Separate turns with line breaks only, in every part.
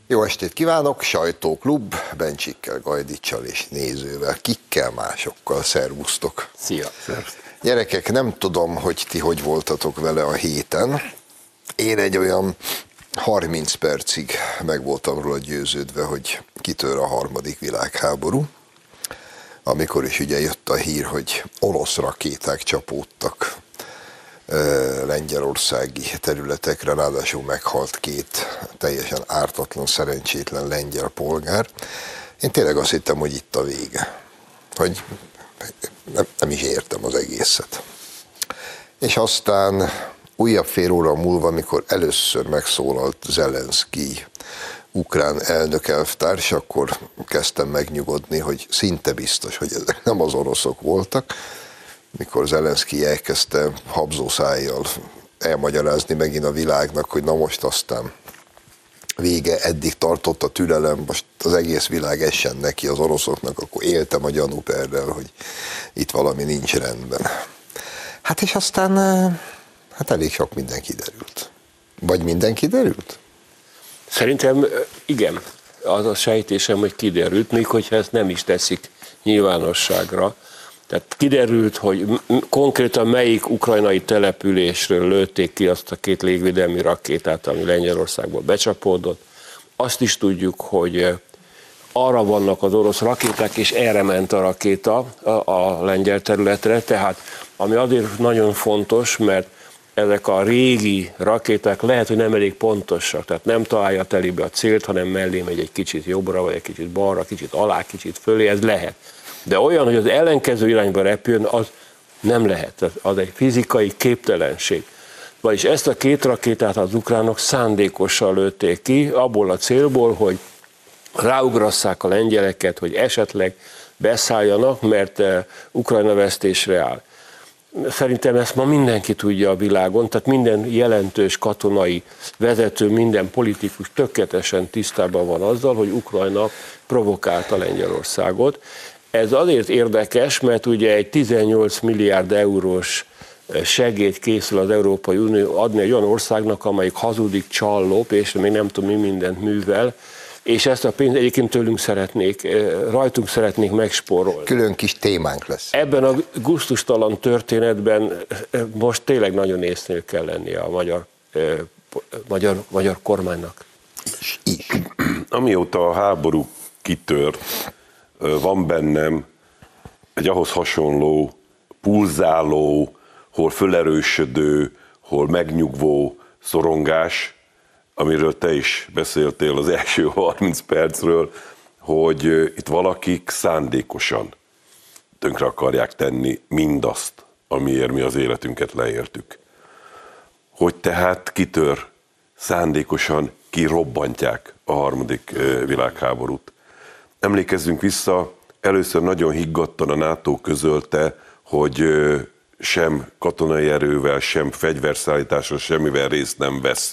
Jó estét kívánok, Sajtóklub, Bencsikkel, Gajdicsal és nézővel, kikkel másokkal, szervusztok.
Szia!
Gyerekek, nem tudom, hogy ti hogy voltatok vele a héten. Én egy olyan 30 percig meg voltam róla győződve, hogy kitör a harmadik világháború, amikor is ugye jött a hír, hogy orosz rakéták csapódtak lengyelországi területekre, ráadásul meghalt 2 teljesen ártatlan, szerencsétlen lengyel polgár. Én tényleg azt hittem, hogy itt a vége. Hogy nem is értem az egészet. És aztán újabb fél óra múlva, amikor először megszólalt Zelenszkij ukrán elnök elvtárs, akkor kezdtem megnyugodni, hogy szinte biztos, hogy ezek nem az oroszok voltak, mikor Zelenszkij elkezdte habzószájjal elmagyarázni megint a világnak, hogy na most aztán vége, eddig tartott a türelem, most az egész világ essen neki az oroszoknak, akkor éltem a gyanúperrel, hogy itt valami nincs rendben. Hát és aztán elég sok minden kiderült. Vagy minden kiderült?
Szerintem igen. Az a sejtésem, hogy kiderült, még hogyha ezt nem is teszik nyilvánosságra. Tehát kiderült, hogy konkrétan melyik ukrajnai településről lőtték ki azt a 2 légvédelmi rakétát, ami Lengyelországból becsapódott. Azt is tudjuk, hogy arra vannak az orosz rakéták, és erre ment a rakéta a lengyel területre. Tehát ami azért nagyon fontos, mert ezek a régi rakéták lehet, hogy nem elég pontosak, tehát nem találja telibe a célt, hanem mellé megy egy kicsit jobbra, vagy egy kicsit balra, kicsit alá, kicsit fölé, ez lehet. De olyan, hogy az ellenkező irányba repüljön, az nem lehet. Az egy fizikai képtelenség. Vagyis ezt a 2 rakétát az ukránok szándékosan lőtték ki, abból a célból, hogy ráugrasszák a lengyeleket, hogy esetleg beszálljanak, mert Ukrajna vesztésre áll. Szerintem ezt ma mindenki tudja a világon, tehát minden jelentős katonai vezető, minden politikus tökéletesen tisztában van azzal, hogy Ukrajna provokálta Lengyelországot. Ez azért érdekes, mert ugye egy 18 milliárd eurós segélyt készül az Európai Unió adni egy olyan országnak, amelyik hazudik, csal, lop, és még nem tudom mi mindent művel, és ezt a pénzt egyébként rajtunk szeretnék megspórolni.
Külön kis témánk lesz.
Ebben a gusztustalan történetben most tényleg nagyon észnél kell lennie a magyar kormánynak.
Is.
Amióta a háború kitört, van bennem egy ahhoz hasonló, pulzáló, hol fölerősödő, hol megnyugvó szorongás, amiről te is beszéltél az első 30 percről, hogy itt valakik szándékosan tönkre akarják tenni mindazt, amiért mi az életünket leértük. Hogy tehát kitör, szándékosan kirobbantják a harmadik világháborút. Emlékezzünk vissza, először nagyon higgadtan a NATO közölte, hogy sem katonai erővel, sem fegyverszállításra, semmivel részt nem vesz.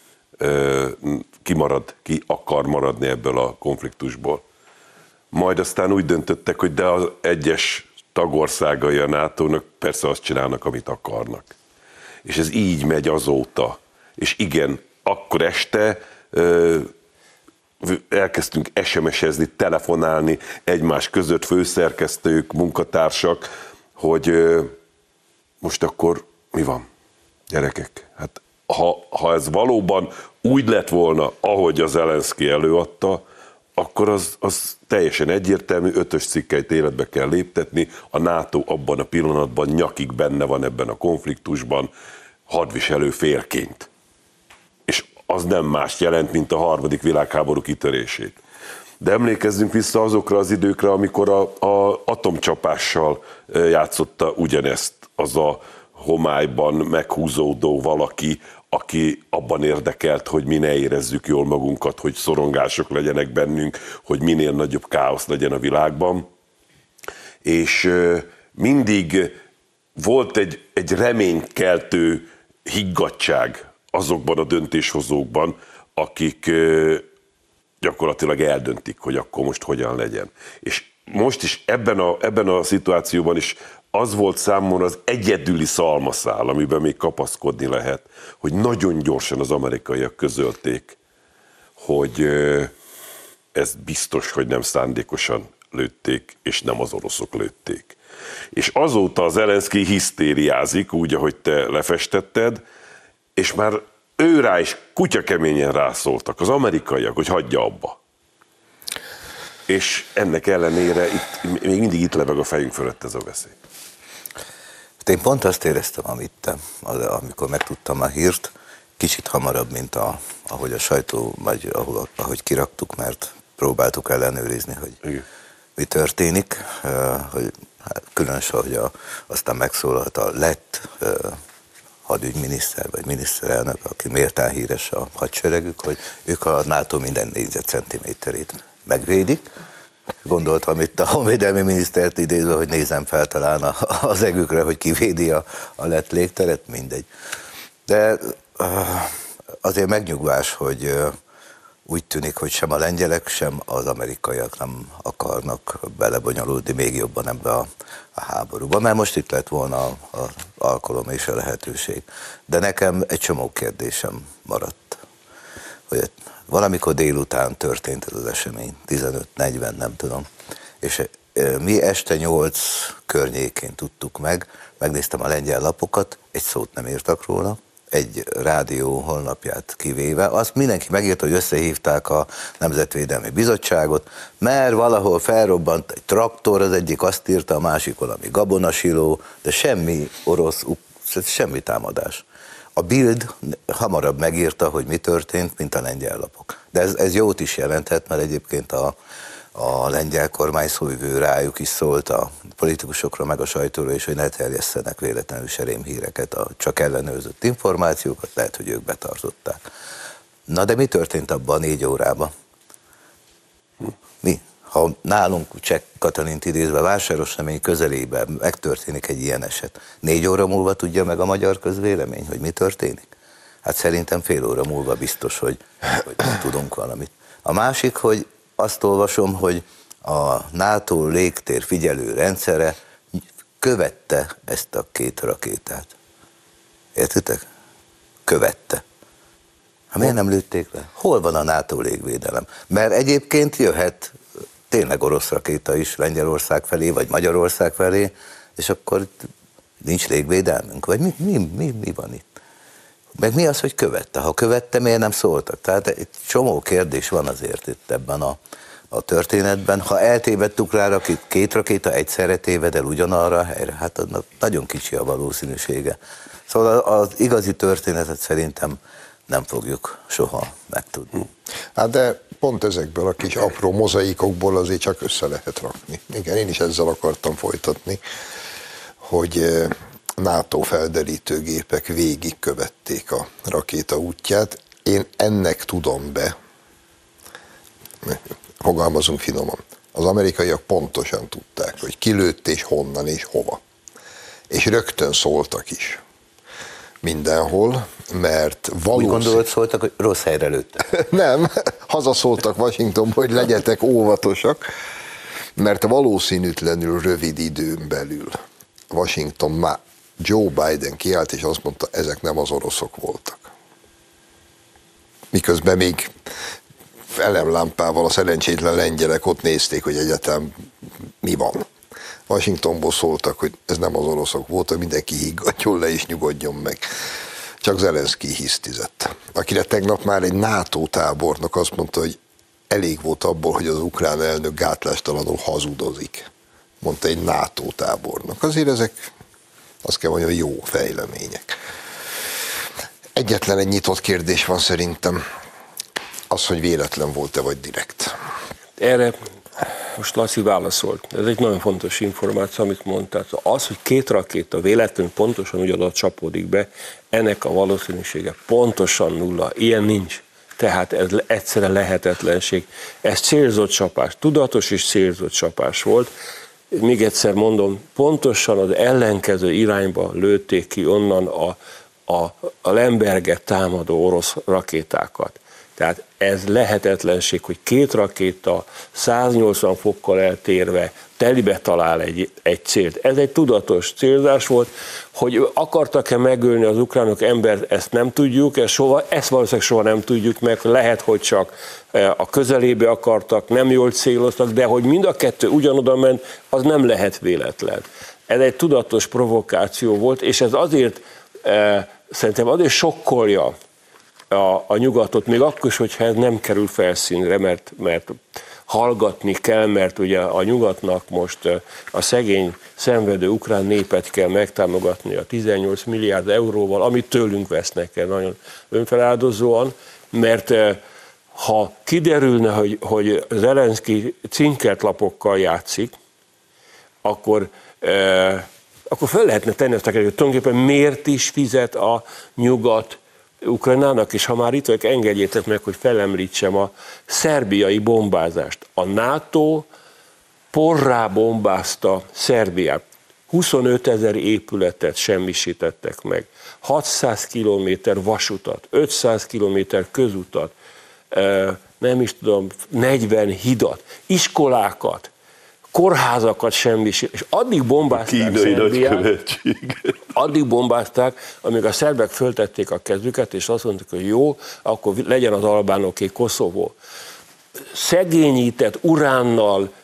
Ki akar maradni ebből a konfliktusból. Majd aztán úgy döntöttek, hogy de az egyes tagországai a NATO-nak persze azt csinálnak, amit akarnak. És ez így megy azóta. És igen, akkor este elkezdtünk SMS-ezni, telefonálni egymás között, főszerkesztők, munkatársak, hogy most akkor mi van, gyerekek? Hát ha ez valóban úgy lett volna, ahogy az Zelenszkij előadta, akkor az teljesen egyértelmű, 5-ös cikkeit életbe kell léptetni, a NATO abban a pillanatban nyakig benne van ebben a konfliktusban, hadviselő félként. És az nem mást jelent, mint a harmadik világháború kitörését. De emlékezzünk vissza azokra az időkre, amikor a atomcsapással játszotta ugyanezt az a homályban meghúzódó valaki, aki abban érdekelt, hogy mi ne érezzük jól magunkat, hogy szorongások legyenek bennünk, hogy minél nagyobb káosz legyen a világban. És mindig volt egy reménykeltő higgadtság azokban a döntéshozókban, akik gyakorlatilag eldöntik, hogy akkor most hogyan legyen. És most is ebben a szituációban is az volt számomra az egyedüli szalmaszál, amiben még kapaszkodni lehet, hogy nagyon gyorsan az amerikaiak közölték, hogy ez biztos, hogy nem szándékosan lőtték, és nem az oroszok lőtték. És azóta az Zelenszkij hisztériázik, úgy, ahogy te lefestetted, és már ő rá is kutyakeményen rászóltak az amerikaiak, hogy hagyja abba. És ennek ellenére még mindig itt lebeg a fejünk fölött ez a veszély.
Én pont azt éreztem, amikor megtudtam a hírt, kicsit hamarabb, mint ahogy a sajtó, vagy ahogy kiraktuk, mert próbáltuk ellenőrizni, hogy igen, mi történik, hogy különösen, hogy aztán megszólalt a lett hadügyminiszter, vagy miniszterelnök, aki méltán híres a hadseregük, hogy ők a NATO minden négyzetcentiméterét megvédik. Gondoltam itt a honvédelmi minisztert idézve, hogy nézem fel talán az egükre, hogy kivédi a lett légteret, mindegy. De azért megnyugvás, hogy úgy tűnik, hogy sem a lengyelek, sem az amerikaiak nem akarnak belebonyolódni még jobban ebbe a háborúba, mert most itt lett volna az alkalom és a lehetőség. De nekem egy csomó kérdésem maradt, hogy valamikor délután történt ez az esemény, 15-40, nem tudom, és mi este 8 környékén tudtuk megnéztem a lengyel lapokat, egy szót nem írtak róla, egy rádió honlapját kivéve, azt mindenki megírta, hogy összehívták a Nemzetvédelmi Bizottságot, mert valahol felrobbant egy traktor, az egyik azt írta, a másik valami gabonasiló, de semmi orosz, semmi támadás. A Bild hamarabb megírta, hogy mi történt, mint a lengyel lapok. De ez jót is jelenthet, mert egyébként a lengyel kormány szóvivő rájuk is szólt, a politikusokra meg a sajtóra is, hogy ne terjesszenek véletlenül serémhíreket, a csak ellenőrzött információkat, lehet, hogy ők betartották. Na de mi történt abban a 4 órában? Mi? Ha nálunk Csek Katalint idézve vásáros remény közelében megtörténik egy ilyen eset, 4 óra múlva tudja meg a magyar közvélemény, hogy mi történik? Hát szerintem fél óra múlva biztos, hogy tudunk valamit. A másik, hogy azt olvasom, hogy a NATO légtér figyelő rendszere követte ezt a 2 rakétát. Értitek? Követte. Hát miért nem lőtték le? Hol van a NATO légvédelem? Mert egyébként jöhet tényleg orosz rakéta is Lengyelország felé, vagy Magyarország felé, és akkor nincs légvédelmünk? Vagy mi van itt? Meg mi az, hogy követte? Ha követte, miért nem szóltak? Tehát egy csomó kérdés van azért itt ebben a történetben. Ha eltévedtük rá 2 rakéta egyszerre téved el ugyanarra a helyre, hát annak nagyon kicsi a valószínűsége. Szóval az igazi történetet szerintem nem fogjuk soha megtudni.
Hát de pont ezekből a kis apró mozaikokból azért csak össze lehet rakni. Igen, én is ezzel akartam folytatni, hogy NATO felderítőgépek végigkövették a rakéta útját. Én ennek tudom be, fogalmazunk finoman, az amerikaiak pontosan tudták, hogy ki lőtt és honnan és hova. És rögtön szóltak is. Mindenhol, mert valószínű...
Úgy gondolod, szóltak, hogy rossz helyre lőttek?
Nem, hazaszóltak Washingtonba, hogy legyetek óvatosak, mert valószínűtlenül rövid időn belül Washington már Joe Biden kiállt, és azt mondta, ezek nem az oroszok voltak. Miközben még elemlámpával a szerencsétlen lengyelek ott nézték, hogy egyáltalán mi van. Washingtonból szóltak, hogy ez nem az oroszok voltak, mindenki higgadjon le és nyugodjon meg. Csak Zelenszkij hisztizett, akire tegnap már egy NATO tábornok azt mondta, hogy elég volt abból, hogy az ukrán elnök gátlástalanul hazudozik. Mondta egy NATO tábornok. Azért ezek, azt kell mondani, jó fejlemények. Egyetlen egy nyitott kérdés van szerintem, az, hogy véletlen volt-e vagy direkt.
Erre most Laci válaszolt. Ez egy nagyon fontos információ, amit mondtál. Az, hogy 2 rakéta véletlenül pontosan ugyanoda csapódik be, ennek a valószínűsége pontosan 0. Ilyen nincs. Tehát ez egyszerűen lehetetlenség. Ez célzott csapás, tudatos és célzott csapás volt. Még egyszer mondom, pontosan az ellenkező irányba lőtték ki onnan a Lemberget támadó orosz rakétákat. Tehát ez lehetetlenség, hogy 2 rakéta 180 fokkal eltérve telibe talál egy célt. Ez egy tudatos célzás volt, hogy akartak-e megölni az ukránok embert, ezt nem tudjuk, ezt valószínűleg soha nem tudjuk meg, lehet, hogy csak a közelébe akartak, nem jól céloztak, de hogy mind a kettő ugyanoda ment, az nem lehet véletlen. Ez egy tudatos provokáció volt, és ez azért, szerintem azért sokkolja a nyugatot, még akkor is, hogyha ez nem kerül felszínre, mert hallgatni kell, mert ugye a nyugatnak most a szegény, szenvedő ukrán népet kell megtámogatni a 18 milliárd euróval, amit tőlünk vesznek el nagyon önfeláldozóan, mert ha kiderülne, hogy Zelenszky cinkertlapokkal játszik, akkor fel lehetne tenni azt a kérdést, hogy tulajdonképpen miért is fizet a nyugat Ukrajnának, és ha már itt vagyok, engedjétek meg, hogy felemlítsem a szerbiai bombázást. A NATO porrá bombázta Szerbiát. 25 000 épületet semmisítettek meg. 600 kilométer vasutat, 500 kilométer közutat, nem is tudom, 40 hidat, iskolákat, kórházakat semmisít, és addig bombázták Szerbiát, addig bombázták, amíg a szerbek föltették a kezüket, és azt mondták, hogy jó, akkor legyen az albánoké Koszovó. Szegényített, uránnal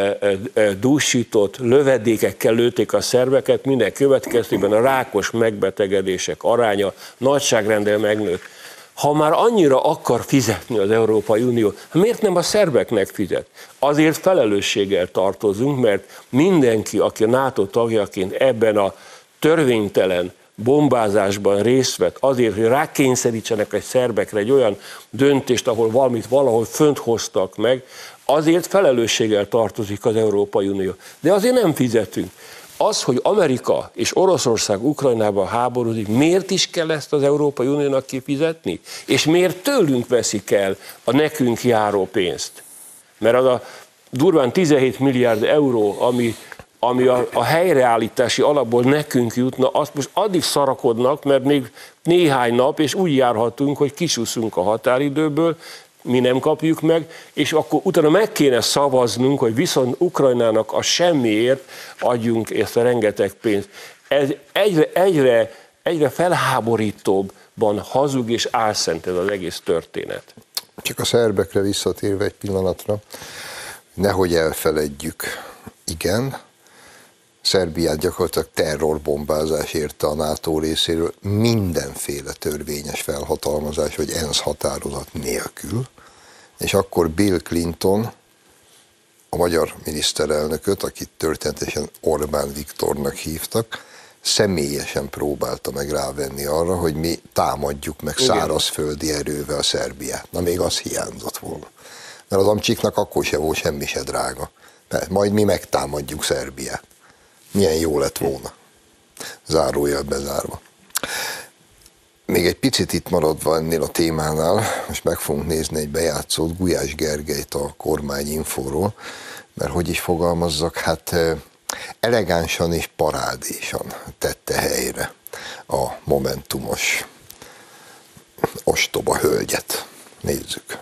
dúsított lövedékekkel lőtték a szerbeket, minden következtében a rákos megbetegedések aránya nagyságrendel megnőtt. Ha már annyira akar fizetni az Európai Unió, miért nem a szerbeknek fizet? Azért felelősséggel tartozunk, mert mindenki, aki a NATO tagjaként ebben a törvénytelen bombázásban részt vett, azért, hogy rákényszerítsenek egy szerbekre egy olyan döntést, ahol valamit valahol fönt hoztak meg, azért felelősséggel tartozik az Európai Unió. De azért nem fizetünk. Az, hogy Amerika és Oroszország Ukrajnában háborúzik, miért is kell ezt az Európai Uniónak kifizetni? És miért tőlünk veszik el a nekünk járó pénzt? Mert az a durván 17 milliárd euró, ami a helyreállítási alapból nekünk jutna, azt most addig szarakodnak, mert még néhány nap, és úgy járhatunk, hogy kisúszunk a határidőből, mi nem kapjuk meg, és akkor utána meg kéne szavaznunk, hogy viszont Ukrajnának a semmiért adjunk ezt a rengeteg pénzt. Ez egyre felháborítóbban hazug és álszent ez az egész történet.
Csak a szerbekre visszatérve egy pillanatra, nehogy elfeledjük, igen, Szerbiát gyakorlatilag terrorbombázás érte a NATO részéről, mindenféle törvényes felhatalmazás vagy ENSZ határozat nélkül, és akkor Bill Clinton, a magyar miniszterelnököt, akit történetesen Orbán Viktornak hívtak, személyesen próbálta meg rávenni arra, hogy mi támadjuk meg szárazföldi erővel Szerbiát. Na még az hiányzott volna. Mert az amcsiknak akkor se volt semmi se drága. Mert majd mi megtámadjuk Szerbiát. Milyen jó lett volna. Zárójel bezárva. Még egy picit itt maradva ennél a témánál, most meg fogunk nézni egy bejátszót Gulyás Gergelyt a Kormányinfóról, mert hogy is fogalmazzak, hát elegánsan és parádésan tette helyre a momentumos ostoba hölgyet. Nézzük.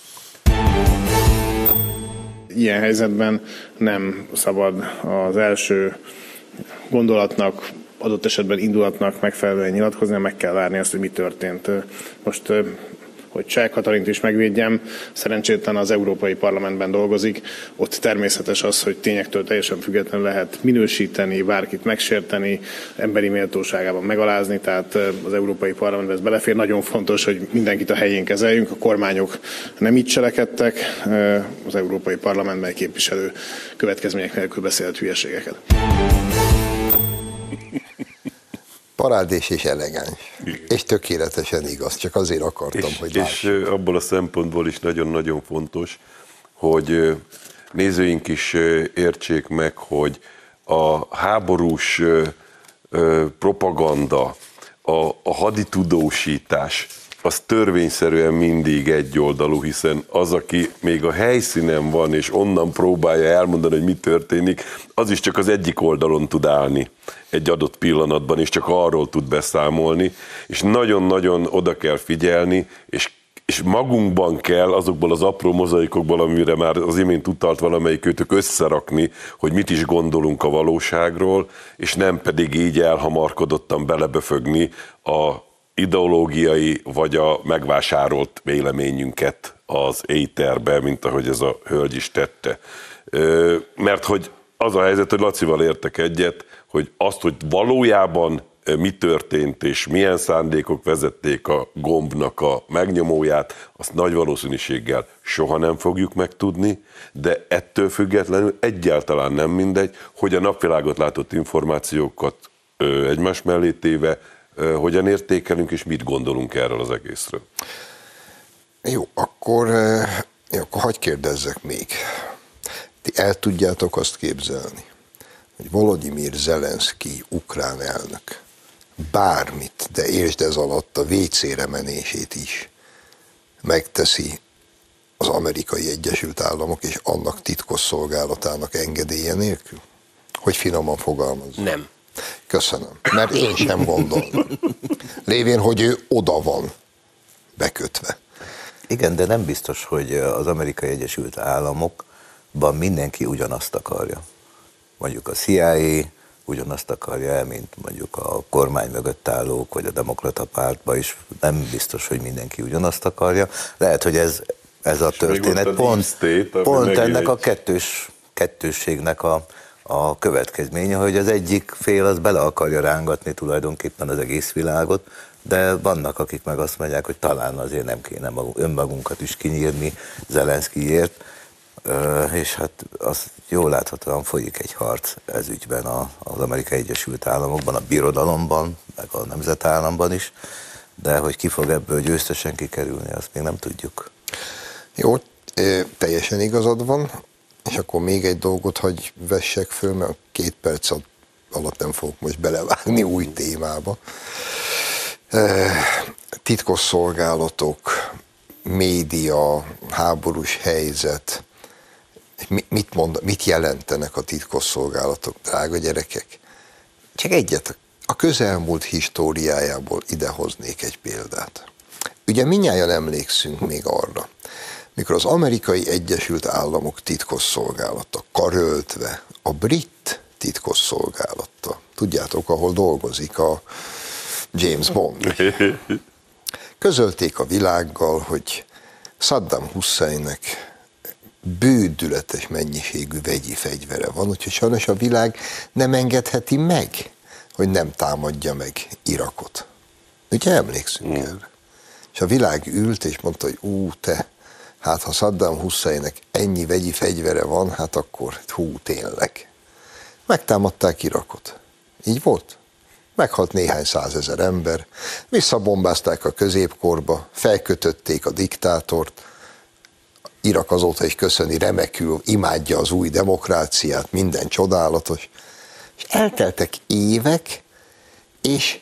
Ilyen helyzetben nem szabad az első gondolatnak, adott esetben indulatnak megfelelően nyilatkozni, meg kell várni azt, hogy mi történt. Most, hogy Cseh Katalint is megvédjem, szerencsétlen az Európai Parlamentben dolgozik, ott természetes az, hogy tényektől teljesen függetlenül lehet minősíteni, bárkit megsérteni, emberi méltóságában megalázni, tehát az Európai Parlamentben ez belefér. Nagyon fontos, hogy mindenkit a helyén kezeljünk, a kormányok nem így cselekedtek, az Európai Parlamentben egy képviselő következmények nélkül beszélt hülyeségeket.
Parádés és elegáns. Igen. És tökéletesen igaz, csak azért akartam, hogy lássuk.
És abból a szempontból is nagyon-nagyon fontos, hogy nézőink is értsék meg, hogy a háborús propaganda, a haditudósítás, az törvényszerűen mindig egyoldalú, hiszen az, aki még a helyszínen van, és onnan próbálja elmondani, hogy mi történik, az is csak az egyik oldalon tud állni egy adott pillanatban, és csak arról tud beszámolni, és nagyon-nagyon oda kell figyelni, és és magunkban kell azokból az apró mozaikokból, amire már az imént utalt valamelyikőtök, összerakni, hogy mit is gondolunk a valóságról, és nem pedig így elhamarkodottan beleböfögni a ideológiai vagy a megvásárolt véleményünket az éterbe, mint ahogy ez a hölgy is tette. Mert hogy az a helyzet, hogy Lacival értek egyet, hogy azt, hogy valójában mi történt és milyen szándékok vezették a gombnak a megnyomóját, azt nagy valószínűséggel soha nem fogjuk megtudni, de ettől függetlenül egyáltalán nem mindegy, hogy a napvilágot látott információkat egymás mellé téve hogyan értékelünk és mit gondolunk erről az egészről.
Jó, akkor hadd kérdezzek még. Ti el tudjátok azt képzelni, hogy Volodymyr Zelenszkij ukrán elnök bármit, de értsd ez alatt a WC-re menését is megteszi az Amerikai Egyesült Államok és annak titkosszolgálatának engedélye nélkül? Hogy finoman fogalmazom?
Nem.
Köszönöm, mert én sem gondolom. Lévén, hogy ő oda van bekötve.
Igen, de nem biztos, hogy az Amerikai Egyesült Államokban mindenki ugyanazt akarja. Mondjuk a CIA ugyanazt akarja el, mint mondjuk a kormány mögött állók, vagy a demokrata pártban is. Nem biztos, hogy mindenki ugyanazt akarja. Lehet, hogy ez a történet pont ennek a kettősségnek a következménye, hogy az egyik fél az bele akarja rángatni tulajdonképpen az egész világot, de vannak, akik meg azt mondják, hogy talán azért nem kéne önmagunkat is kinyírni Zelenszkijért, és hát az jól láthatóan folyik egy harc ez ügyben az Amerikai Egyesült Államokban, a birodalomban, meg a nemzetállamban is, de hogy ki fog ebből győztesen kikerülni, azt még nem tudjuk.
Jó, teljesen igazad van, és akkor még egy dolgot hagy vessek föl, mert 2 perc alatt nem fogok most belevágni új témába. Titkosszolgálatok, média, háborús helyzet, mit jelentenek a titkosszolgálatok, drága gyerekek? Csak egyet, a közelmúlt históriájából idehoznék egy példát. Ugye mindnyájan emlékszünk még arra, mikor az Amerikai Egyesült Államok titkosszolgálata karöltve a brit titkosszolgálata, tudjátok, ahol dolgozik a James Bond, közölték a világgal, hogy Saddam Husseinnek bődületes mennyiségű vegyi fegyvere van, úgyhogy sajnos a világ nem engedheti meg, hogy nem támadja meg Irakot. Ugye emlékszünk erre? És a világ ült és mondta, hogy hát ha Saddam Husseinnek ennyi vegyi fegyvere van, hát akkor tényleg. Megtámadták Irakot. Így volt? Meghalt néhány százezer ember, visszabombázták a középkorba, felkötötték a diktátort, Irak azóta is köszöni remekül, imádja az új demokráciát, minden csodálatos. És elteltek évek, és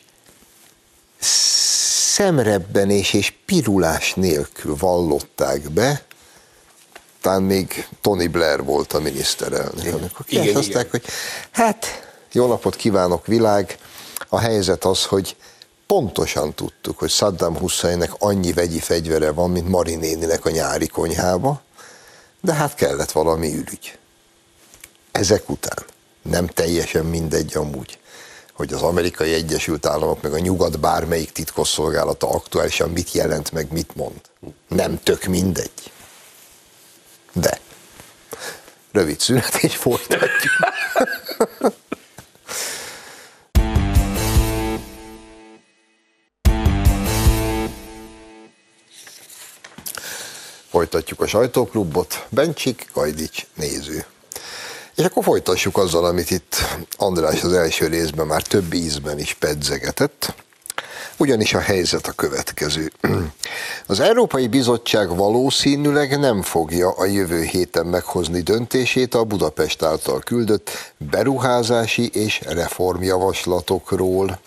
szemrebbenés és pirulás nélkül vallották be, talán még Tony Blair volt a miniszterelnök, amikor kiásozták, hogy hát, jó napot kívánok világ, a helyzet az, hogy pontosan tudtuk, hogy Saddam Husseinnek annyi vegyi fegyvere van, mint Mari néninek a nyári konyhába, de hát kellett valami ürügy. Ezek után nem teljesen mindegy amúgy, hogy az Amerikai Egyesült Államok meg a nyugat bármelyik titkosszolgálata aktuálisan mit jelent, meg mit mond. Nem tök mindegy. De rövid szünet, és folytatjuk. Folytatjuk a sajtóklubot, Bencsik, Gajdics, néző. És akkor folytassuk azzal, amit itt András az első részben már több ízben is pedzegetett, ugyanis a helyzet a következő. Az Európai Bizottság valószínűleg nem fogja a jövő héten meghozni döntését a Budapest által küldött beruházási és reformjavaslatokról.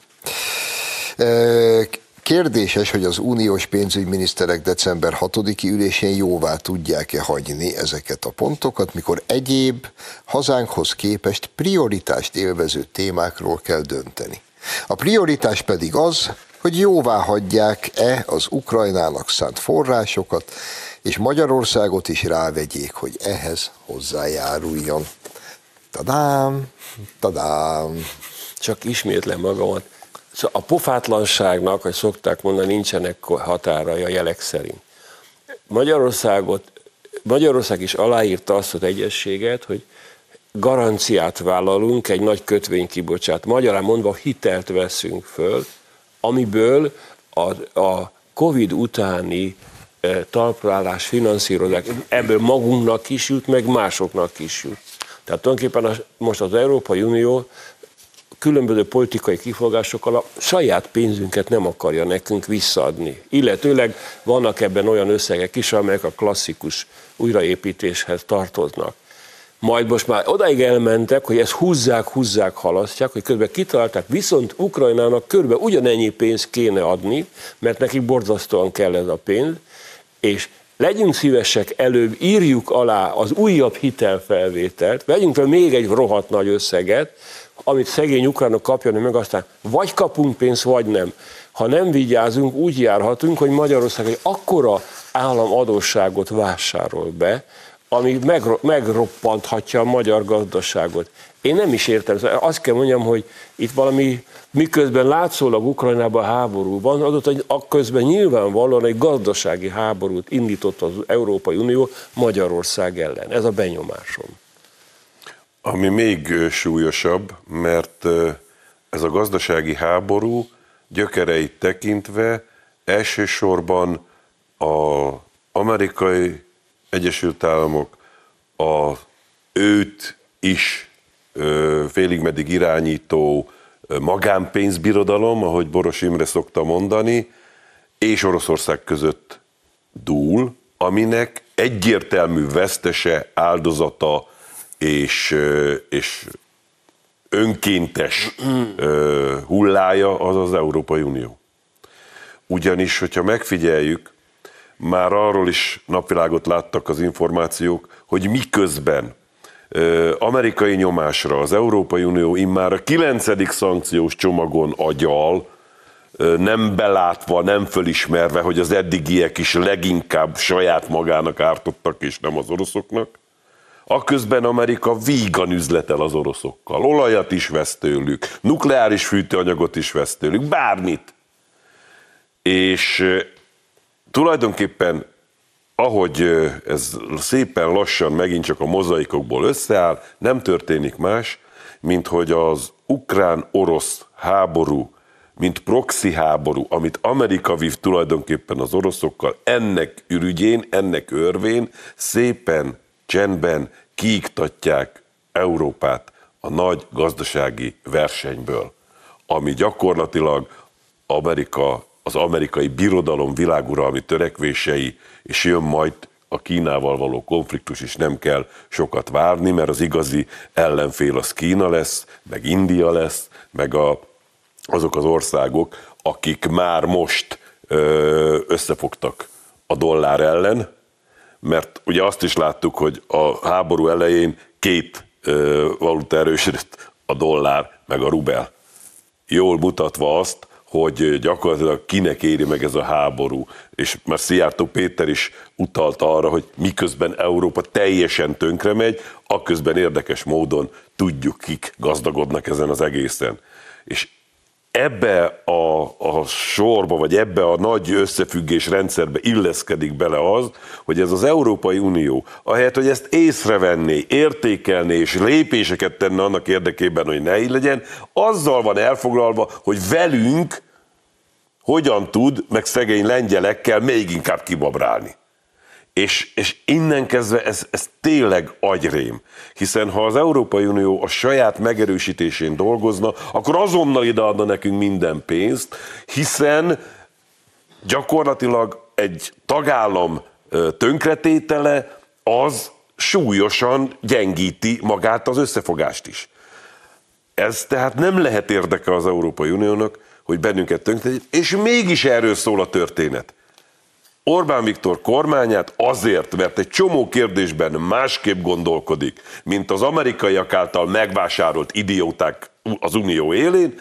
Kérdéses, hogy az uniós pénzügyminiszterek december 6-i ülésén jóvá tudják-e hagyni ezeket a pontokat, mikor egyéb hazánkhoz képest prioritást élvező témákról kell dönteni. A prioritás pedig az, hogy jóvá hagyják-e az Ukrajnának szánt forrásokat, és Magyarországot is rávegyék, hogy ehhez hozzájáruljon. Tadám, tadám.
Csak ismétlem magamat. Szóval a pofátlanságnak, hogy szokták mondani, nincsenek határai a jelek szerint. Magyarország is aláírta azt az egyezséget, hogy garanciát vállalunk, egy nagy kötvénykibocsát. Magyarán mondva hitelt veszünk föl, amiből a Covid utáni talpraállás, finanszírozás, ebből magunknak is jut, meg másoknak is jut. Tehát tulajdonképpen most az Európai Unió különböző politikai kifogásokkal a saját pénzünket nem akarja nekünk visszaadni. Illetőleg vannak ebben olyan összegek is, amelyek a klasszikus újraépítéshez tartoznak. Majd most már odaig elmentek, hogy ezt húzzák, halasztják, hogy közben kitalálták, viszont Ukrajnának körülbelül ugyanennyi pénzt kéne adni, mert nekik borzasztóan kell ez a pénz, és legyünk szívesek, előbb írjuk alá az újabb hitelfelvételt, vegyünk fel még egy rohadt nagy összeget, amit szegény ukránok kapjanak meg, aztán vagy kapunk pénzt, vagy nem. Ha nem vigyázunk, úgy járhatunk, hogy Magyarország egy akkora államadósságot vásárol be, ami megroppanthatja a magyar gazdaságot. Én nem is értem. Azt kell mondjam, hogy itt valami, miközben látszólag Ukrajnában háború van, adott, hogy akközben nyilvánvalóan egy gazdasági háborút indított az Európai Unió Magyarország ellen. Ez a benyomásom.
Ami még súlyosabb, mert ez a gazdasági háború gyökereit tekintve elsősorban az Amerikai Egyesült Államok őt is félig meddig irányító magánpénzbirodalom, ahogy Boros Imre szokta mondani, és Oroszország között dúl, aminek egyértelmű vesztese, áldozata és önkéntes hullája az az Európai Unió. Ugyanis, hogyha megfigyeljük, már arról is napvilágot láttak az információk, hogy miközben amerikai nyomásra az Európai Unió immár a 9. szankciós csomagon agyal, nem belátva, nem fölismerve, hogy az eddigiek is leginkább saját magának ártottak, és nem az oroszoknak, akközben Amerika vígan üzletel az oroszokkal. Olajat is vesz tőlük, nukleáris fűtőanyagot is vesz tőlük, bármit. És tulajdonképpen, ahogy ez szépen lassan megint csak a mozaikokból összeáll, nem történik más, mint hogy az ukrán-orosz háború, mint proxy háború, amit Amerika vív tulajdonképpen az oroszokkal, ennek ürügyén, ennek örvén szépen, csendben kiiktatják Európát a nagy gazdasági versenyből, ami gyakorlatilag az amerikai birodalom világuralmi törekvései, és jön majd a Kínával való konfliktus is, nem kell sokat várni, mert az igazi ellenfél az Kína lesz, meg India lesz, meg azok az országok, akik már most összefogtak a dollár ellen, mert ugye azt is láttuk, hogy a háború elején két valuta erősödött, a dollár meg a rubel. Jól mutatva azt, hogy gyakorlatilag kinek éri meg ez a háború. És már Szijjártó Péter is utalta arra, hogy miközben Európa teljesen tönkre megy, akközben érdekes módon tudjuk, kik gazdagodnak ezen az egészen. És ebbe a sorba, vagy ebbe a nagy összefüggés rendszerbe illeszkedik bele az, hogy ez az Európai Unió, ahelyett, hogy ezt észrevenné, értékelné és lépéseket tenne annak érdekében, hogy ne így legyen, azzal van elfoglalva, hogy velünk hogyan tud, meg szegény lengyelekkel még inkább kibabrálni. És innen kezdve ez tényleg agyrém, hiszen ha az Európai Unió a saját megerősítésén dolgozna, akkor azonnal ideadna nekünk minden pénzt, hiszen gyakorlatilag egy tagállam tönkretétele az súlyosan gyengíti magát az összefogást is. Ez tehát nem lehet érdeke az Európai Uniónak, hogy bennünket tönkretétele, és mégis erről szól a történet. Orbán Viktor kormányát azért, mert egy csomó kérdésben másképp gondolkodik, mint az amerikaiak által megvásárolt idióták az Unió élén,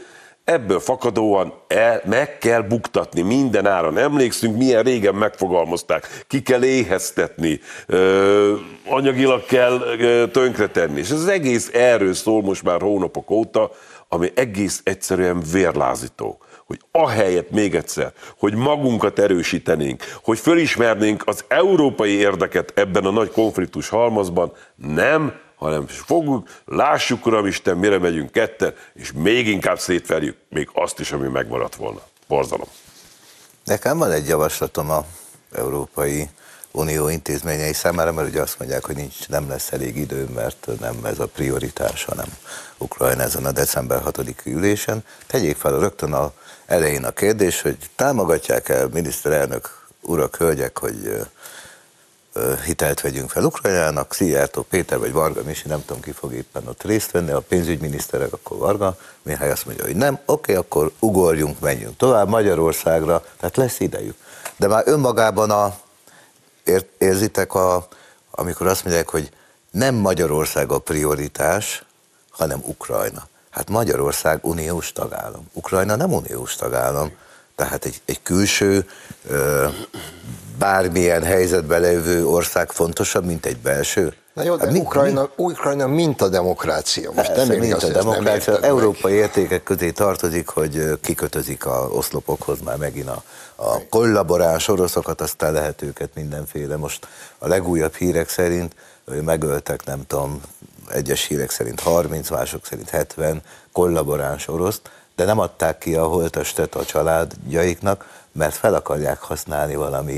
ebből fakadóan meg kell buktatni minden áron. Emlékszünk, milyen régen megfogalmazták, ki kell éheztetni, anyagilag kell tönkretenni. És ez az egész erről szól most már hónapok óta, ami egész egyszerűen vérlázító. Hogy ahelyett még egyszer, hogy magunkat erősítenénk, hogy fölismernénk az európai érdeket ebben a nagy konfliktus halmazban, nem, hanem fogjuk, lássuk, Uramisten, mire megyünk ketten, és még inkább szétverjük még azt is, ami megmaradt volna. Borzalom.
Nekem van egy javaslatom a Európai Unió intézményei számára, mert ugye azt mondják, hogy nem lesz elég idő, mert nem ez a prioritás, hanem Ukrajna ezen a december 6. ülésen. Tegyék fel rögtön az elején a kérdés, hogy támogatják el miniszterelnök urak, hölgyek, hogy hitelt vegyünk fel Ukrajnának, Szijjártó Péter vagy Varga Misi, nem tudom ki fog éppen ott részt venni, a pénzügyminiszterek, akkor Varga Mihály azt mondja, hogy nem, oké, akkor ugorjunk, menjünk tovább Magyarországra, tehát lesz idejük. De már önmagában érzitek, amikor azt mondják, hogy nem Magyarország a prioritás, hanem Ukrajna. Hát Magyarország uniós tagállam, Ukrajna nem uniós tagállam, tehát egy külső, bármilyen helyzetben lévő ország fontosabb, mint egy belső.
Na jó, de hát Ukrajna mint a demokrácia. Most
nem mint a demokrácia. Európai értékek közé tartozik, hogy kikötözik a oszlopokhoz már megint a kollaboráns oroszokat, aztán lehet őket mindenféle. Most a legújabb hírek szerint megöltek, nem tudom, egyes hírek szerint 30, mások szerint 70 kollaboráns oroszt, de nem adták ki a holttestet a családjaiknak, mert fel akarják használni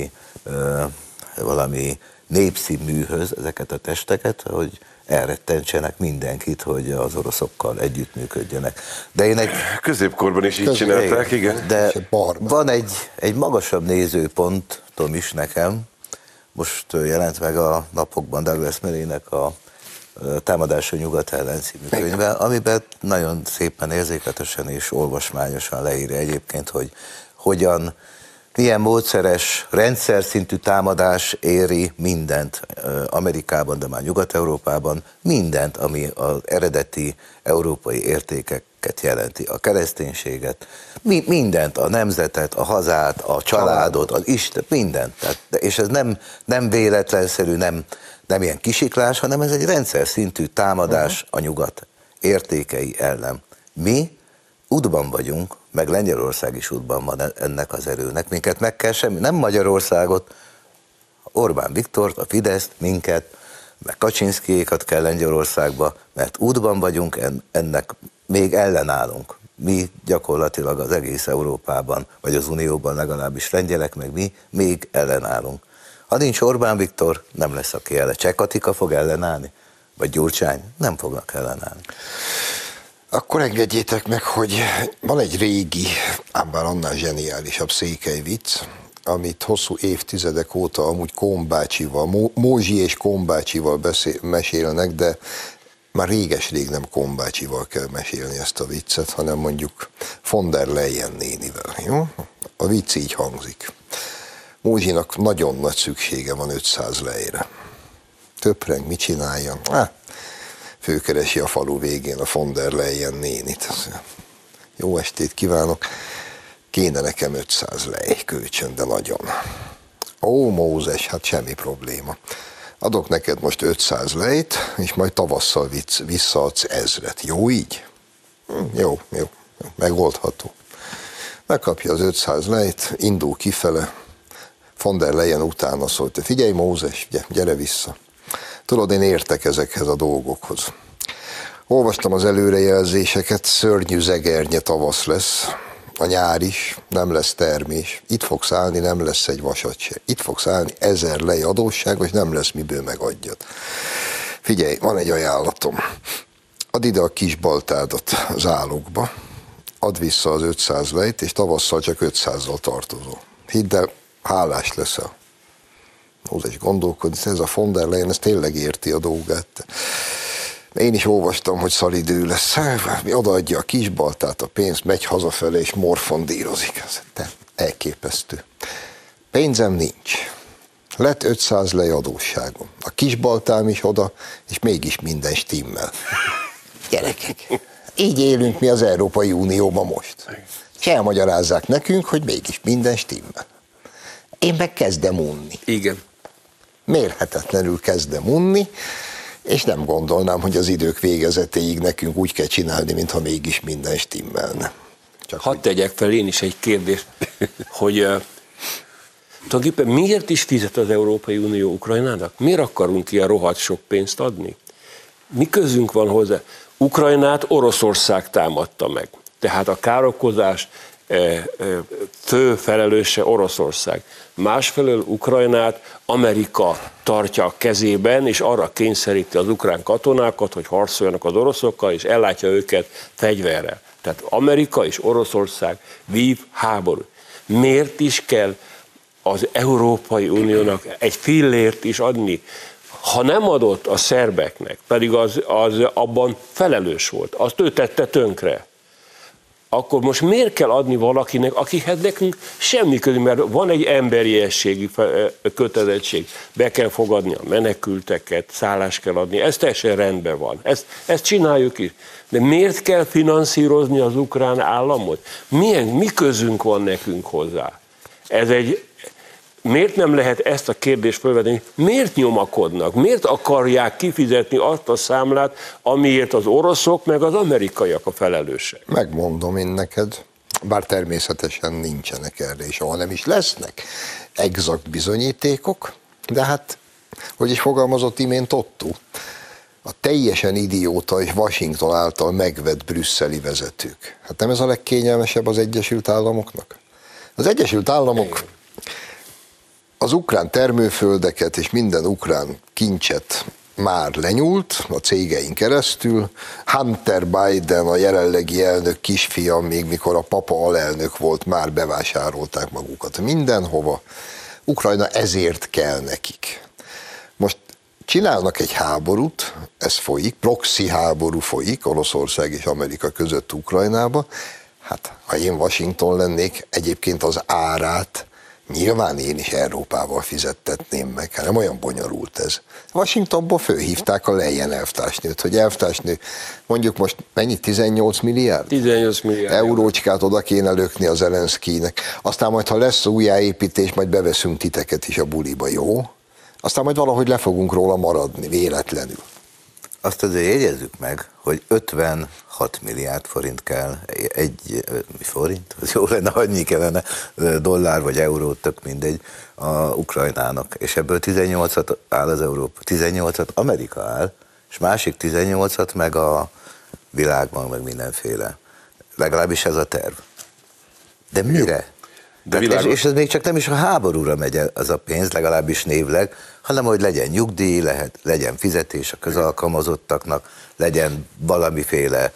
valami népszínműhöz ezeket a testeket, hogy elrettentsenek mindenkit, hogy az oroszokkal együttműködjenek. De én
középkorban is így csinálták, igen.
De van egy magasabb nézőpontom is nekem. Most jelent meg a napokban Douglas Murraynek a Támadás a nyugat ellen című könyve, amiben nagyon szépen érzékletesen és olvasmányosan leírja egyébként, hogy milyen módszeres, rendszer szintű támadás éri mindent Amerikában, de már Nyugat-Európában, mindent, ami az eredeti európai értékeket jelenti, a kereszténységet, mindent, a nemzetet, a hazát, a családot, az Isten, mindent. Tehát, és ez nem véletlenszerű, nem ilyen kisiklás, hanem ez egy rendszer szintű támadás a nyugat értékei ellen. Mi útban vagyunk, meg Lengyelország is útban van ennek az erőnek. Minket meg kell semmi, nem Magyarországot, Orbán Viktort, a Fideszt, minket, meg Kaczynszkijékat kell Lengyelországba, mert útban vagyunk, ennek még ellenállunk. Mi gyakorlatilag az egész Európában, vagy az Unióban legalábbis lengyelek, meg mi még ellenállunk. Ha nincs Orbán Viktor, nem lesz, aki ellen. Cseh Katika fog ellenállni? Vagy Gyurcsány? Nem fognak ellenállni.
Akkor engedjétek meg, hogy van egy régi, ám bár annál zseniálisabb székely vicc, amit hosszú évtizedek óta amúgy Kohn bácsival, Mózsi és Kohn bácsival mesélnek, de már réges-rég nem Kohn bácsival kell mesélni ezt a viccet, hanem mondjuk von der Leyen nénivel. Jó? A vicc így hangzik. Mózsinak nagyon nagy szüksége van 500 lejre. Töpreng, mit csináljon? Főkeresi a falu végén a von der Leyen nénit. Jó estét kívánok, kéne nekem 500 lej kölcsön, de nagyon. Ó, Mózes, hát semmi probléma. Adok neked most 500 lejt, és majd tavasszal visszaadsz 1000. Jó így? Jó, megoldható. Megkapja az 500 lejt, indul kifele, von der Leyen utána szólt, figyelj Mózes, gyere vissza. Tudod, én értek ezekhez a dolgokhoz. Olvastam az előrejelzéseket, szörnyű zegernye tavasz lesz, a nyár is, nem lesz termés. Itt fogsz állni, nem lesz egy vasat se. Itt fogsz állni 1000 lej adósság, és nem lesz miből megadjad. Figyelj, van egy ajánlatom. Add ide a kis baltádat zálogba, add vissza az 500 lejt, és tavasszal csak 500-zal tartozol. Hidd el, hálás leszel. Mózes gondolkodni, ez a von der Leyen, ez tényleg érti a dolgát. Én is olvastam, hogy szaridő lesz. Odaadja a kisbaltát, a pénzt, megy hazafele és morfondírozik. Elképesztő. Pénzem nincs. Lett 500 lej adósságom. A kisbaltám is oda, és mégis minden stimmel. Gyerekek, Így élünk mi az Európai Unióban most. És elmagyarázzák nekünk, hogy mégis minden stimmel. Én meg kezdem unni.
Igen.
Mérhetetlenül kezdem unni, és nem gondolnám, hogy az idők végezetéig nekünk úgy kell csinálni, mintha mégis minden stimmelne.
Hadd tegyek fel én is egy kérdést, hogy tulajdonképpen miért is fizet az Európai Unió Ukrajnának? Miért akarunk ilyen rohadt sok pénzt adni? Mi közünk van hozzá? Ukrajnát Oroszország támadta meg. Tehát a károkozás fő felelőse Oroszország. Másfelől Ukrajnát Amerika tartja a kezében, és arra kényszeríti az ukrán katonákat, hogy harcoljanak az oroszokkal, és ellátja őket fegyverrel. Tehát Amerika és Oroszország vív háborút. Miért is kell az Európai Uniónak egy fillért is adni? Ha nem adott a szerbeknek, pedig az abban felelős volt, azt ő tette tönkre, akkor most miért kell adni valakinek, akihez nekünk semmi közünk, mert van egy emberiességi kötelezettség, be kell fogadni a menekülteket, szállást kell adni, ez teljesen rendben van, ezt csináljuk is. De miért kell finanszírozni az ukrán államot? Mi közünk van nekünk hozzá? Miért nem lehet ezt a kérdést felvetni? Miért nyomakodnak? Miért akarják kifizetni azt a számlát, amiért az oroszok meg az amerikaiak a felelősek?
Megmondom én neked, bár természetesen nincsenek erre, és ahol nem is lesznek exakt bizonyítékok, de hát, hogy is fogalmazott imént Otto, a teljesen idióta és Washington által megvett brüsszeli vezetők. Hát nem ez a legkényelmesebb az Egyesült Államoknak? Az Egyesült Államok az ukrán termőföldeket és minden ukrán kincset már lenyúlt a cégein keresztül. Hunter Biden, a jelenlegi elnök kisfia, még mikor a papa alelnök volt, már bevásárolták magukat mindenhova. Ukrajna ezért kell nekik. Most csinálnak egy háborút, ez folyik, proxy háború folyik Oroszország és Amerika között Ukrajnába. Hát, ha én Washington lennék, egyébként az árát nyilván én is Európával fizettetném meg, hát nem olyan bonyolult ez. Washingtonból fölhívták a Leyen elvtársnőt, hogy elvtársnő, mondjuk most mennyi, 18 milliárd?
18 milliárd.
Eurócskát oda kéne lökni a Zelenszkijnek. Aztán majd, ha lesz újjáépítés, majd beveszünk titeket is a buliba, jó? Aztán majd valahogy le fogunk róla maradni, véletlenül.
Azt azért jegyezzük meg, hogy 56 milliárd forint kell, mi forint? Az jó lenne, annyi kellene, dollár vagy euró, tök mindegy, a Ukrajnának. És ebből 18-at áll az Európa, 18-at Amerika áll, és másik 18-at meg a világban, meg mindenféle. Legalábbis ez a terv. De mire? És ez még csak nem is a háborúra megy az a pénz, legalábbis névleg, hanem hogy legyen nyugdíj, legyen fizetés a közalkalmazottaknak, legyen valamiféle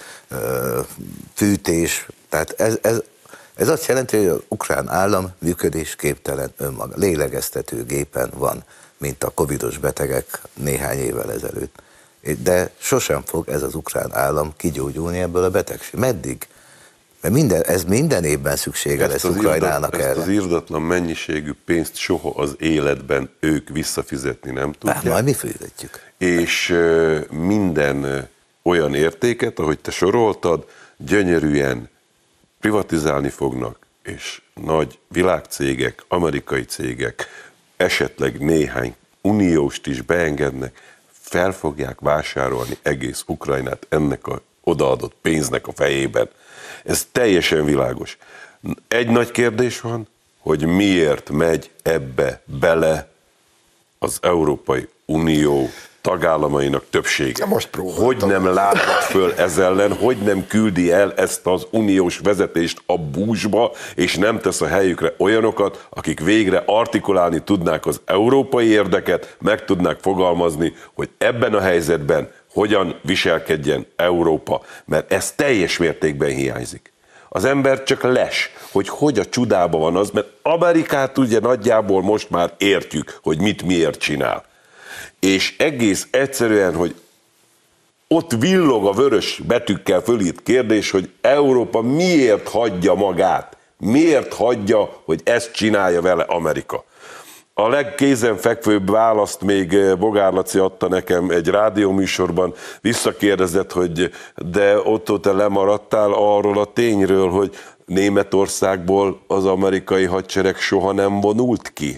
fűtés. Tehát ez azt jelenti, hogy az ukrán állam működésképtelen önmaga, lélegeztető gépen van, mint a covidos betegek néhány évvel ezelőtt. De sosem fog ez az ukrán állam kigyógyulni ebből a betegségből. Meddig? Mert ez minden évben szüksége lesz Ukrajnának erre.
Ezt az irdatlan mennyiségű pénzt soha az életben ők visszafizetni nem tudják.
Majd mi fizetjük.
És minden olyan értéket, ahogy te soroltad, gyönyörűen privatizálni fognak, és nagy világcégek, amerikai cégek, esetleg néhány unióst is beengednek, fel fogják vásárolni egész Ukrajnát ennek a odaadott pénznek a fejében. Ez teljesen világos. Egy nagy kérdés van, hogy miért megy ebbe bele az Európai Unió tagállamainak többsége. Hogy nem láthat föl ez ellen, hogy nem küldi el ezt az uniós vezetést a búzsba, és nem tesz a helyükre olyanokat, akik végre artikulálni tudnák az európai érdeket, meg tudnák fogalmazni, hogy ebben a helyzetben hogyan viselkedjen Európa, mert ez teljes mértékben hiányzik. Az ember csak les, hogy a csodában van az, mert Amerikát ugye nagyjából most már értjük, hogy mit miért csinál. És egész egyszerűen, hogy ott villog a vörös betűkkel fölírt kérdés, hogy Európa miért hagyja magát, miért hagyja, hogy ezt csinálja vele Amerika. A legkézenfekvőbb választ még Bogár Laci adta nekem egy rádióműsorban, visszakérdezett, hogy de Otto, te lemaradtál arról a tényről, hogy Németországból az amerikai hadsereg soha nem vonult ki.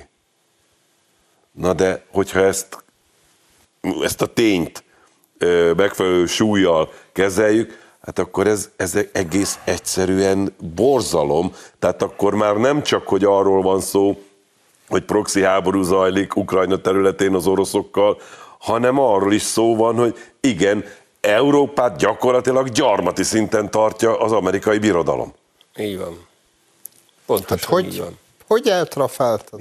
Na de, hogyha ezt a tényt megfelelő súllyal kezeljük, hát akkor ez egész egyszerűen borzalom. Tehát akkor már nem csak, hogy arról van szó, hogy proxy háború zajlik Ukrajna területén az oroszokkal, hanem arról is szó van, hogy igen, Európát gyakorlatilag gyarmati szinten tartja az amerikai birodalom.
Így van. Pontosan
Hát
így van.
hogy eltrafáltad?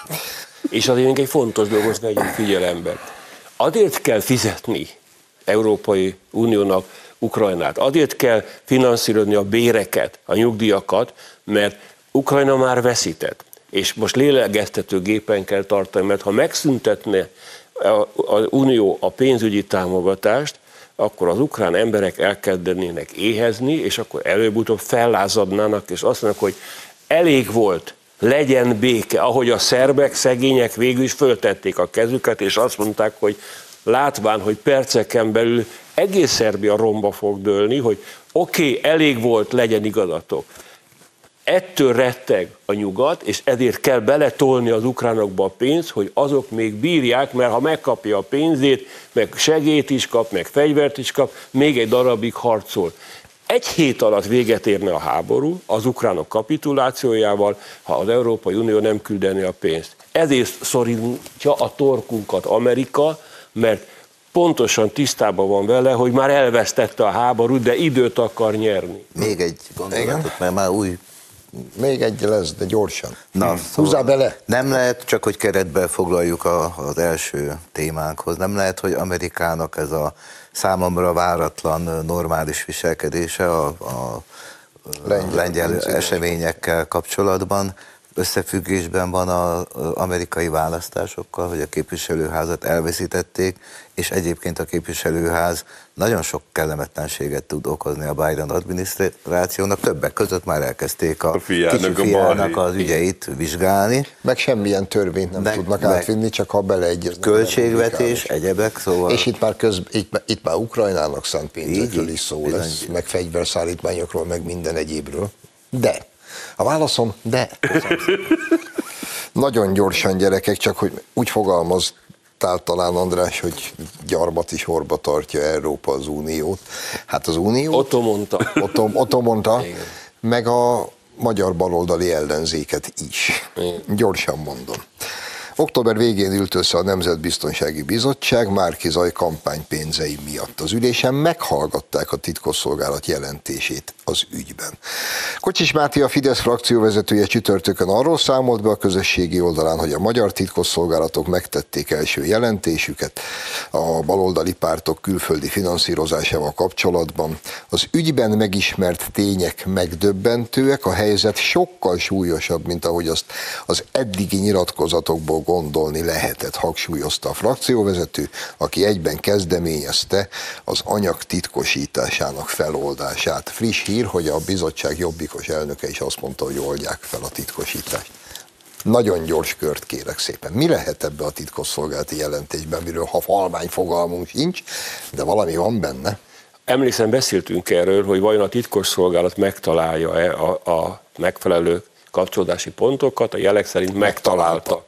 És azért még egy fontos dolgot vegyünk figyelembe. Azért kell fizetni Európai Uniónak Ukrajnát, azért kell finanszírozni a béreket, a nyugdíjakat, mert Ukrajna már veszített. És most lélegeztetőgépen kell tartani, mert ha megszüntetne az Unió a pénzügyi támogatást, akkor az ukrán emberek elkezdenének éhezni, és akkor előbb-utóbb fellázadnának, és azt mondják, hogy elég volt, legyen béke, ahogy a szerbek, szegények végül is föltették a kezüket, és azt mondták, hogy látván, hogy perceken belül egész Szerbia romba fog dőlni, hogy oké, elég volt, legyen igazatok. Ettől retteg a nyugat, és ezért kell beletolni az ukránokba a pénzt, hogy azok még bírják, mert ha megkapja a pénzét, meg segélyt is kap, meg fegyvert is kap, még egy darabig harcol. Egy hét alatt véget érne a háború az ukránok kapitulációjával, ha az Európai Unió nem küldeni a pénzt. Ezért szorítja a torkunkat Amerika, mert pontosan tisztában van vele, hogy már elvesztette a háborút, de időt akar nyerni.
Még egy gondolatot, mert már új...
Még egy lesz, de gyorsan.
Na,
húzzál bele!
Nem lehet, csak hogy keretbe foglaljuk az első témánkhoz, nem lehet, hogy Amerikának ez a számomra váratlan, normális viselkedése a lengyel eseményekkel kapcsolatban összefüggésben van az amerikai választásokkal, hogy a képviselőházat elveszítették, és egyébként a képviselőház nagyon sok kellemetlenséget tud okozni a Biden adminisztrációnak, többek között már elkezdték a kicsi fiának az ügyeit vizsgálni.
Meg semmilyen törvényt nem tudnak átvinni, csak ha beleegyeznek.
Költségvetés, egyebek, szóval...
És itt már Ukrajnának szánt pénzekről is szó lesz, meg fegyverszállítmányokról, meg minden egyébről. De, a válaszom, de. Nagyon gyorsan, gyerekek, csak hogy úgy fogalmaztál talán, András, hogy gyarmati sorba tartja Európa az Uniót. Hát az Uniót... Otto mondta, meg a magyar baloldali ellenzéket is.
Igen.
Gyorsan mondom. Október végén ült össze a Nemzetbiztonsági Bizottság Márki-Zay kampánypénzei miatt. Az ülésen meghallgatták a titkosszolgálat jelentését az ügyben. Kocsis Máté, a Fidesz frakcióvezetője csütörtökön arról számolt be a közösségi oldalán, hogy a magyar titkosszolgálatok megtették első jelentésüket a baloldali pártok külföldi finanszírozásával kapcsolatban. Az ügyben megismert tények megdöbbentőek, a helyzet sokkal súlyosabb, mint ahogy azt az eddigi nyilatkozatokból gondolni lehetett, hangsúlyozta a frakcióvezető, aki egyben kezdeményezte az anyag titkosításának feloldását. Friss hír, hogy a bizottság jobbikos elnöke is azt mondta, hogy oldják fel a titkosítást. Nagyon gyors kört kérek szépen. Mi lehet ebbe a titkosszolgálati jelentésben, miről ha halvány fogalmunk sincs, de valami van benne?
Emlékszem, beszéltünk erről, hogy vajon a titkosszolgálat megtalálja-e a megfelelő kapcsolódási pontokat, a jelek szerint megtalálta.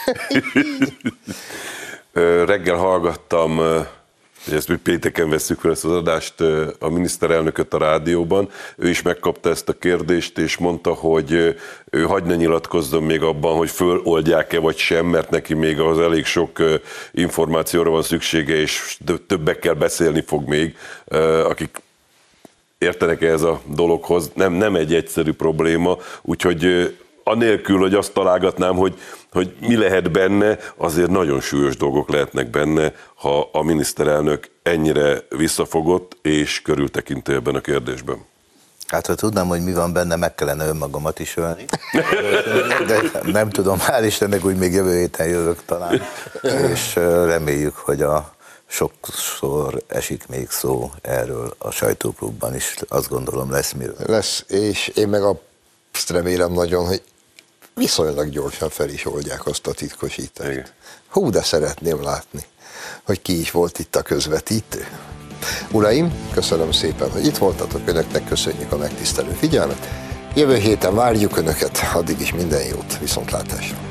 Reggel hallgattam, hogy ezt pénteken vesszük fel ezt az adást, a miniszterelnököt a rádióban. Ő is megkapta ezt a kérdést, és mondta, hogy ő hagy ne nyilatkozzon még abban, hogy föloldják-e vagy sem, mert neki még az elég sok információra van szüksége, és többekkel beszélni fog még, akik értenek ehhez a dologhoz. Nem egy egyszerű probléma, úgyhogy anélkül, hogy azt találgatnám, hogy mi lehet benne, azért nagyon súlyos dolgok lehetnek benne, ha a miniszterelnök ennyire visszafogott és körültekintő ebben a kérdésben.
Hát, ha tudnám, hogy mi van benne, meg kellene önmagamat is ölni. De nem tudom, hál' Istennek, úgy még jövő héten jövök talán. És reméljük, hogy sokszor esik még szó erről a sajtóklubban is. Azt gondolom, lesz miről.
Lesz, és én meg azt remélem nagyon, hogy viszonylag gyorsan fel is oldják azt a titkosítást.
Igen.
Hú, de szeretném látni, hogy ki is volt itt a közvetítő. Uraim, köszönöm szépen, hogy itt voltatok, önöknek köszönjük a megtisztelő figyelmet. Jövő héten várjuk önöket, addig is minden jót, viszontlátásra!